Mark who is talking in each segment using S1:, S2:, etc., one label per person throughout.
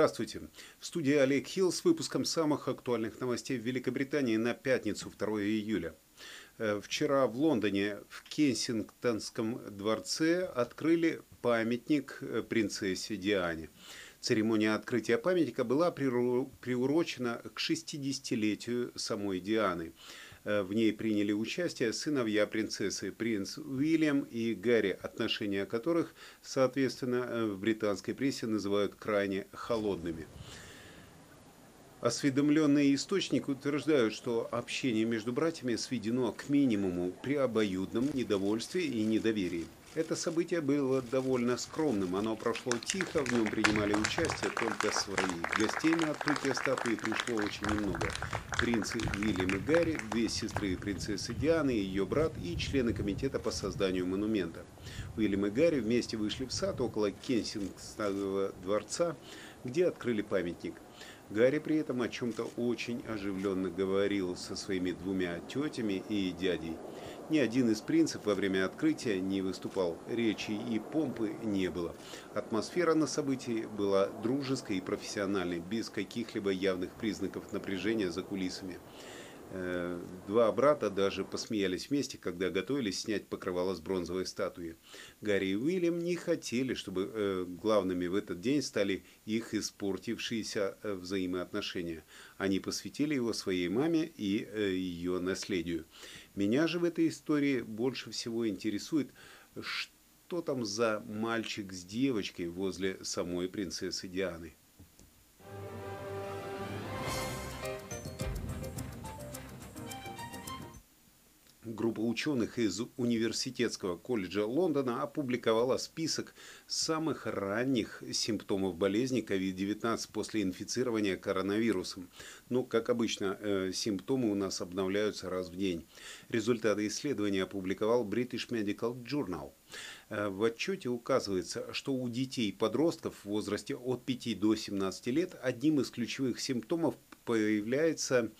S1: Здравствуйте. В студии Олег Хилл с выпуском самых актуальных новостей в Великобритании на пятницу, 2 июля. Вчера в Лондоне в Кенсингтонском дворце открыли памятник принцессе Диане. Церемония открытия памятника была приурочена к 60-летию самой Дианы. В ней приняли участие сыновья принцессы, принц Уильям и Гарри, отношения которых, соответственно, в британской прессе называют крайне холодными. Осведомленные источники утверждают, что общение между братьями сведено к минимуму при обоюдном недовольстве и недоверии. Это событие было довольно скромным, оно прошло тихо, в нем принимали участие только свои. Гостей на открытие статуи пришло очень немного. Принцы Уильям и Гарри, две сестры принцессы Дианы, ее брат и члены комитета по созданию монумента. Уильям и Гарри вместе вышли в сад около Кенсингтонского дворца, где открыли памятник. Гарри при этом о чем-то очень оживленно говорил со своими двумя тетями и дядей. Ни один из принцев во время открытия не выступал, речи и помпы не было. Атмосфера на событии была дружеской и профессиональной, без каких-либо явных признаков напряжения за кулисами. Два брата даже посмеялись вместе, когда готовились снять покрывало с бронзовой статуи. Гарри и Уильям не хотели, чтобы главными в этот день стали их испортившиеся взаимоотношения. Они посвятили его своей маме и ее наследию. Меня же в этой истории больше всего интересует, что там за мальчик с девочкой возле самой принцессы Дианы. Группа ученых из Университетского колледжа Лондона опубликовала список самых ранних симптомов болезни COVID-19 после инфицирования коронавирусом. Но, как обычно, симптомы у нас обновляются раз в день. Результаты исследования опубликовал British Medical Journal. В отчете указывается, что у детей и подростков в возрасте от 5 до 17 лет одним из ключевых симптомов появляется...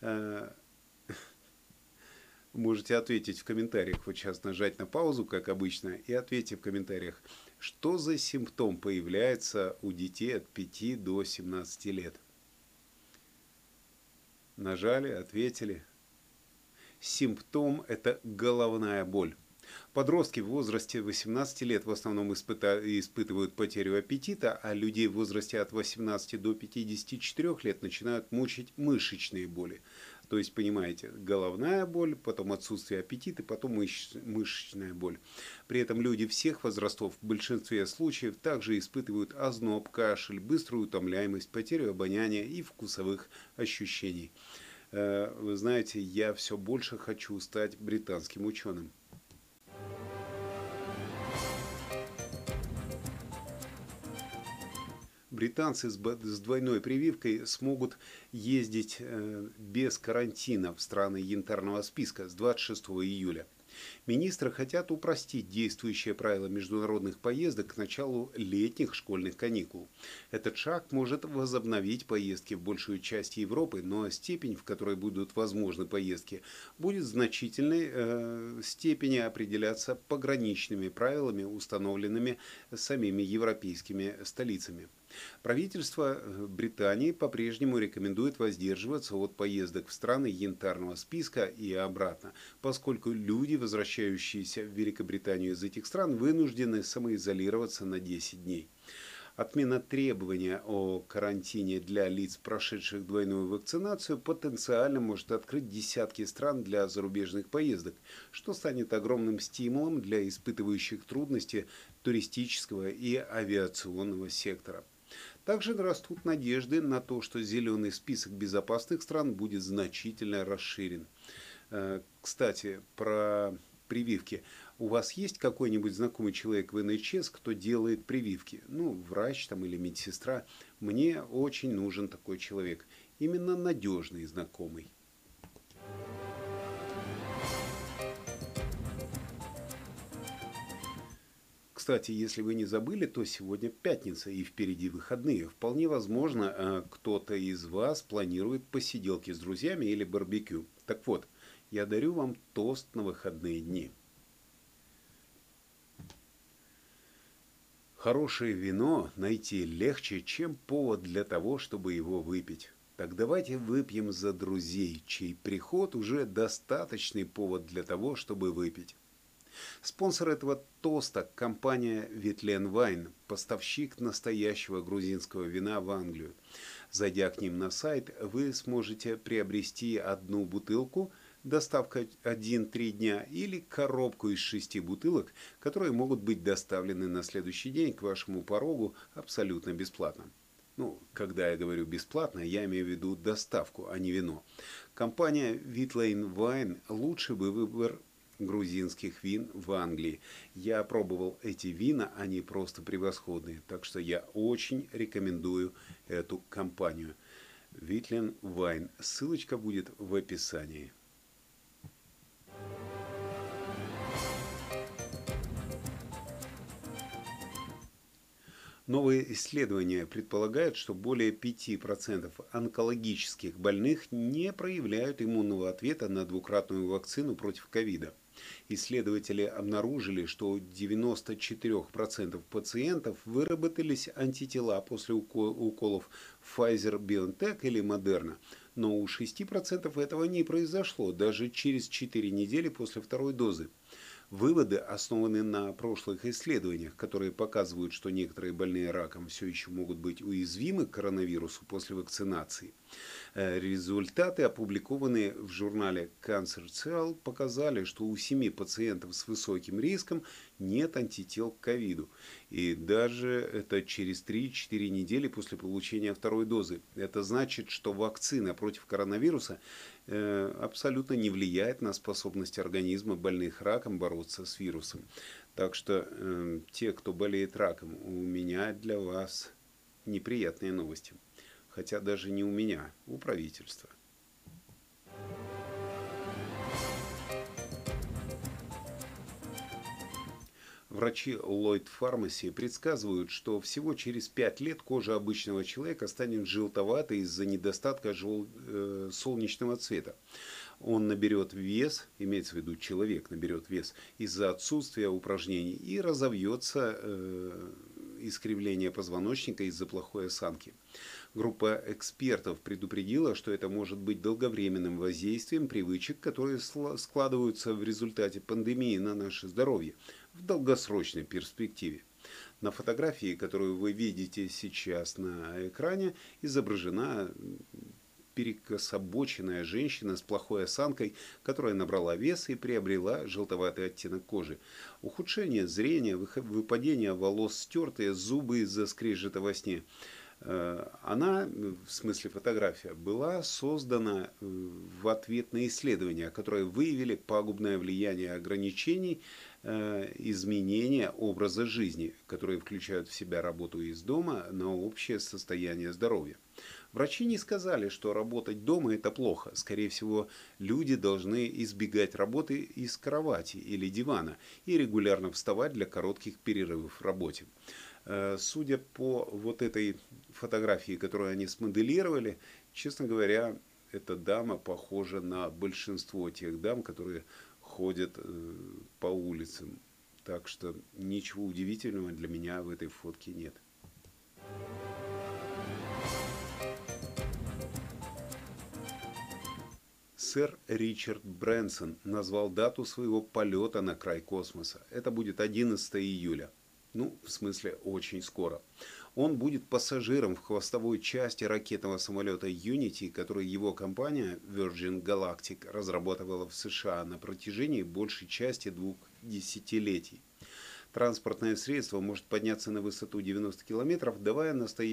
S1: Можете ответить в комментариях, вот сейчас нажать на паузу, как обычно, и ответьте в комментариях, что за симптом появляется у детей от 5 до 17 лет. Нажали, ответили. Симптом – это головная боль. Подростки в возрасте 18 лет в основном испытывают потерю аппетита, а людей в возрасте от 18 до 54 лет начинают мучить мышечные боли. То есть, понимаете, головная боль, потом отсутствие аппетита, потом мышечная боль. При этом люди всех возрастов в большинстве случаев также испытывают озноб, кашель, быструю утомляемость, потерю обоняния и вкусовых ощущений. Вы знаете, я все больше хочу стать британским ученым. Британцы с двойной прививкой смогут ездить без карантина в страны янтарного списка с 26 июля. Министры хотят упростить действующие правила международных поездок к началу летних школьных каникул. Этот шаг может возобновить поездки в большую часть Европы, но степень, в которой будут возможны поездки, будет в значительной степени определяться пограничными правилами, установленными самими европейскими столицами. Правительство Британии по-прежнему рекомендует воздерживаться от поездок в страны янтарного списка и обратно, поскольку люди, возвращающиеся в Великобританию из этих стран, вынуждены самоизолироваться на 10 дней. Отмена требования о карантине для лиц, прошедших двойную вакцинацию, потенциально может открыть десятки стран для зарубежных поездок, что станет огромным стимулом для испытывающих трудности туристического и авиационного сектора. Также растут надежды на то, что зеленый список безопасных стран будет значительно расширен. Кстати, про прививки. У вас есть какой-нибудь знакомый человек в НХС, кто делает прививки? Ну, врач там или медсестра. Мне очень нужен такой человек. Именно надежный знакомый. Кстати, если вы не забыли, то сегодня пятница и впереди выходные. Вполне возможно, кто-то из вас планирует посиделки с друзьями или барбекю. Так вот, я дарю вам тост на выходные дни. Хорошее вино найти легче, чем повод для того, чтобы его выпить. Так давайте выпьем за друзей, чей приход уже достаточный повод для того, чтобы выпить. Спонсор этого тоста – компания Витлен Вайн, поставщик настоящего грузинского вина в Англию. Зайдя к ним на сайт, вы сможете приобрести одну бутылку, доставка 1-3 дня, или коробку из 6 бутылок, которые могут быть доставлены на следующий день к вашему порогу абсолютно бесплатно. Ну, когда я говорю бесплатно, я имею в виду доставку, а не вино. Компания Витлен Вайн – лучший выбор грузинских вин в Англии. Я пробовал эти вина, они просто превосходные. Так что я очень рекомендую эту компанию. Витлен Вайн. Ссылочка будет в описании. Новые исследования предполагают, что более 5% онкологических больных не проявляют иммунного ответа на двукратную вакцину против ковида. Исследователи обнаружили, что у 94% пациентов выработались антитела после уколов Pfizer-BioNTech или Moderna, но у 6% этого не произошло даже через 4 недели после второй дозы. Выводы основаны на прошлых исследованиях, которые показывают, что некоторые больные раком все еще могут быть уязвимы к коронавирусу после вакцинации. Результаты, опубликованные в журнале Cancer Cell, показали, что у 7 пациентов с высоким риском нет антител к ковиду. И даже это через 3-4 недели после получения второй дозы. Это значит, что вакцина против коронавируса абсолютно не влияет на способность организма больных раком бороться с вирусом. Так что те, кто болеет раком, у меня для вас неприятные новости. Хотя даже не у меня, у правительства. Врачи Lloyd Pharmacy предсказывают, что всего через 5 лет кожа обычного человека станет желтоватой из-за недостатка солнечного цвета. Он наберет вес, имеется в виду человек наберет вес из-за отсутствия упражнений и разовьется искривление позвоночника из-за плохой осанки. Группа экспертов предупредила, что это может быть долговременным воздействием привычек, которые складываются в результате пандемии на наше здоровье в долгосрочной перспективе. На фотографии, которую вы видите сейчас на экране, изображена перекособоченная женщина с плохой осанкой, которая набрала вес и приобрела желтоватый оттенок кожи. Ухудшение зрения, выпадение волос, стертые зубы из-за скрежета во сне. Она, в смысле фотография, была создана в ответ на исследования, которые выявили пагубное влияние ограничений, изменения образа жизни, которые включают в себя работу из дома, на общее состояние здоровья. Врачи не сказали, что работать дома это плохо. Скорее всего, люди должны избегать работы из кровати или дивана и регулярно вставать для коротких перерывов в работе. Судя по вот этой фотографии, которую они смоделировали, честно говоря, эта дама похожа на большинство тех дам, которые ходят по улицам. Так что ничего удивительного для меня в этой фотке нет. Сэр Ричард Брэнсон назвал дату своего полета на край космоса. Это будет 11 июля. Ну, в смысле, очень скоро. Он будет пассажиром в хвостовой части ракетного самолета Unity, который его компания Virgin Galactic разрабатывала в США на протяжении большей части 2 десятилетий. Транспортное средство может подняться на высоту 90 километров, давая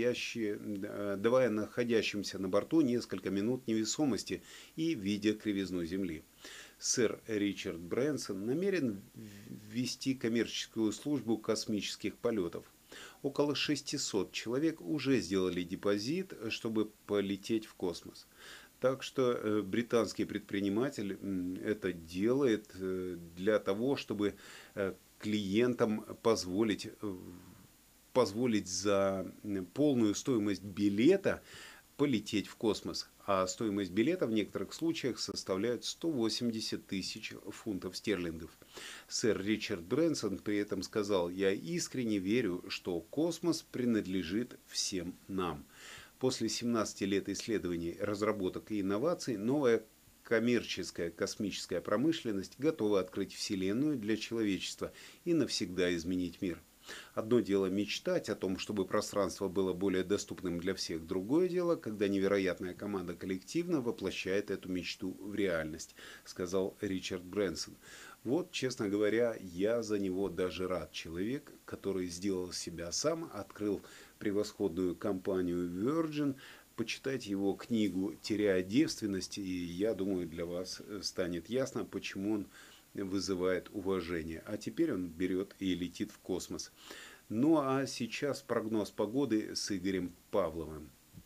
S1: находящимся на борту несколько минут невесомости и видя кривизну Земли. Сэр Ричард Брэнсон намерен ввести коммерческую службу космических полетов. Около 600 человек уже сделали депозит, чтобы полететь в космос. Так что британский предприниматель это делает для того, чтобы клиентам позволить за полную стоимость билета полететь в космос, а стоимость билета в некоторых случаях составляет 180 тысяч фунтов стерлингов. Сэр Ричард Брэнсон при этом сказал: «Я искренне верю, что космос принадлежит всем нам». После 17 лет исследований, разработок и инноваций новая коммерческая космическая промышленность готова открыть Вселенную для человечества и навсегда изменить мир. Одно дело мечтать о том, чтобы пространство было более доступным для всех. Другое дело, когда невероятная команда коллективно воплощает эту мечту в реальность, сказал Ричард Брэнсон. Вот, честно говоря, я за него даже рад. Человек, который сделал себя сам, открыл превосходную компанию Virgin. Почитайте его книгу «Теряя девственность», и я думаю, для вас станет ясно, почему он вызывает уважение. А теперь он берет и летит в космос. Ну а сейчас прогноз погоды с Игорем Павловым.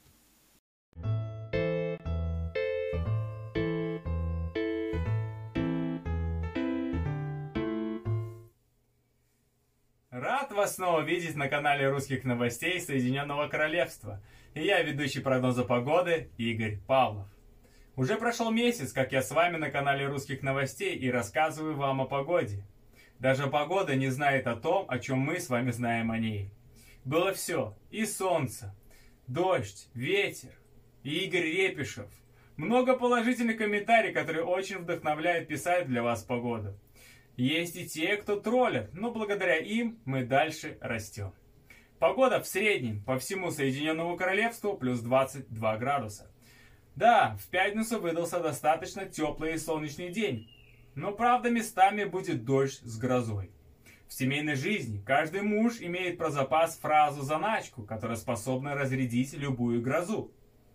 S2: Рад вас снова видеть на канале русских новостей Соединенного Королевства. И я ведущий прогноза погоды Игорь Павлов. Уже прошел месяц, как я с вами на канале русских новостей и рассказываю вам о погоде. Даже погода не знает о том, о чем мы с вами знаем о ней. Было все: и солнце, дождь, ветер, и Игорь Репишев. Много положительных комментариев, которые очень вдохновляют писать для вас погоду. Есть и те, кто троллят, но благодаря им мы дальше растем. Погода в среднем по всему Соединенному Королевству плюс 22 градуса. Да, в пятницу выдался достаточно теплый и солнечный день, но правда местами будет дождь с грозой. В семейной жизни каждый муж имеет про запас фразу-заначку, которая способна разрядить любую грозу.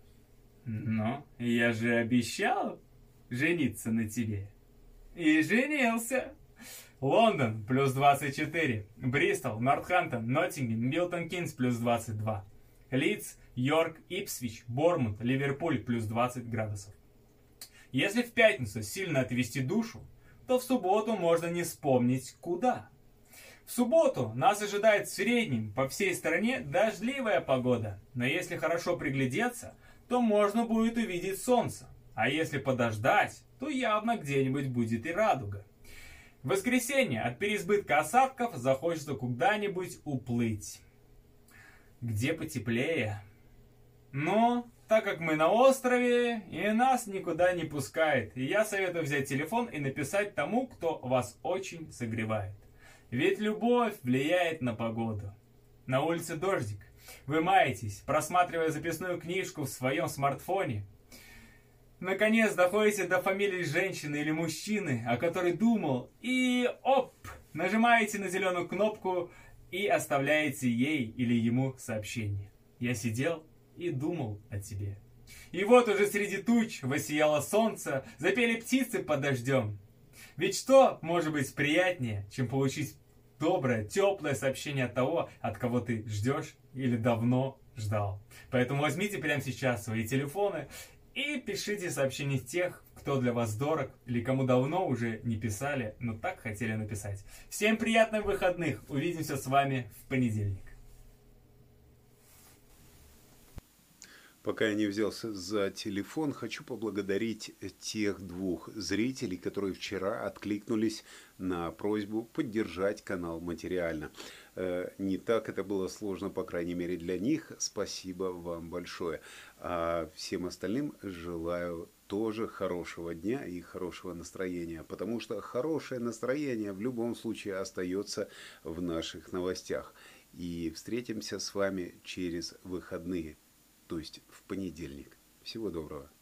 S2: Но я же обещал жениться на тебе. И женился. Лондон плюс 24, Бристол, Нортхэмптон, Ноттингем, Милтон Кинс плюс 22, Лидс, Йорк, Ипсвич, Бормут, Ливерпуль плюс 20 градусов. Если в пятницу сильно отвести душу, то в субботу можно не вспомнить куда. В субботу нас ожидает в среднем по всей стране дождливая погода, но если хорошо приглядеться, то можно будет увидеть солнце, а если подождать, то явно где-нибудь будет и радуга. В воскресенье от переизбытка осадков захочется куда-нибудь уплыть. Где потеплее. Но, так как мы на острове, и нас никуда не пускает, и я советую взять телефон и написать тому, кто вас очень согревает. Ведь любовь влияет на погоду. На улице дождик. Вы маетесь, просматривая записную книжку в своем смартфоне. Наконец доходите до фамилии женщины или мужчины, о которой думал, и оп, нажимаете на зеленую кнопку и оставляете ей или ему сообщение. Я сидел и думал о тебе. И вот уже среди туч воссияло солнце, запели птицы под дождем. Ведь что может быть приятнее, чем получить доброе, теплое сообщение от того, от кого ты ждешь или давно ждал. Поэтому возьмите прямо сейчас свои телефоны и пишите сообщения тех, кто для вас дорог, или кому давно уже не писали, но так хотели написать. Всем приятных выходных. Увидимся с вами в понедельник.
S1: Пока я не взялся за телефон, хочу поблагодарить тех двух зрителей, которые вчера откликнулись на просьбу поддержать канал материально. Не так это было сложно, по крайней мере для них. Спасибо вам большое. А всем остальным желаю тоже хорошего дня и хорошего настроения, потому что хорошее настроение в любом случае остается в наших новостях. И встретимся с вами через выходные. То есть в понедельник. Всего доброго.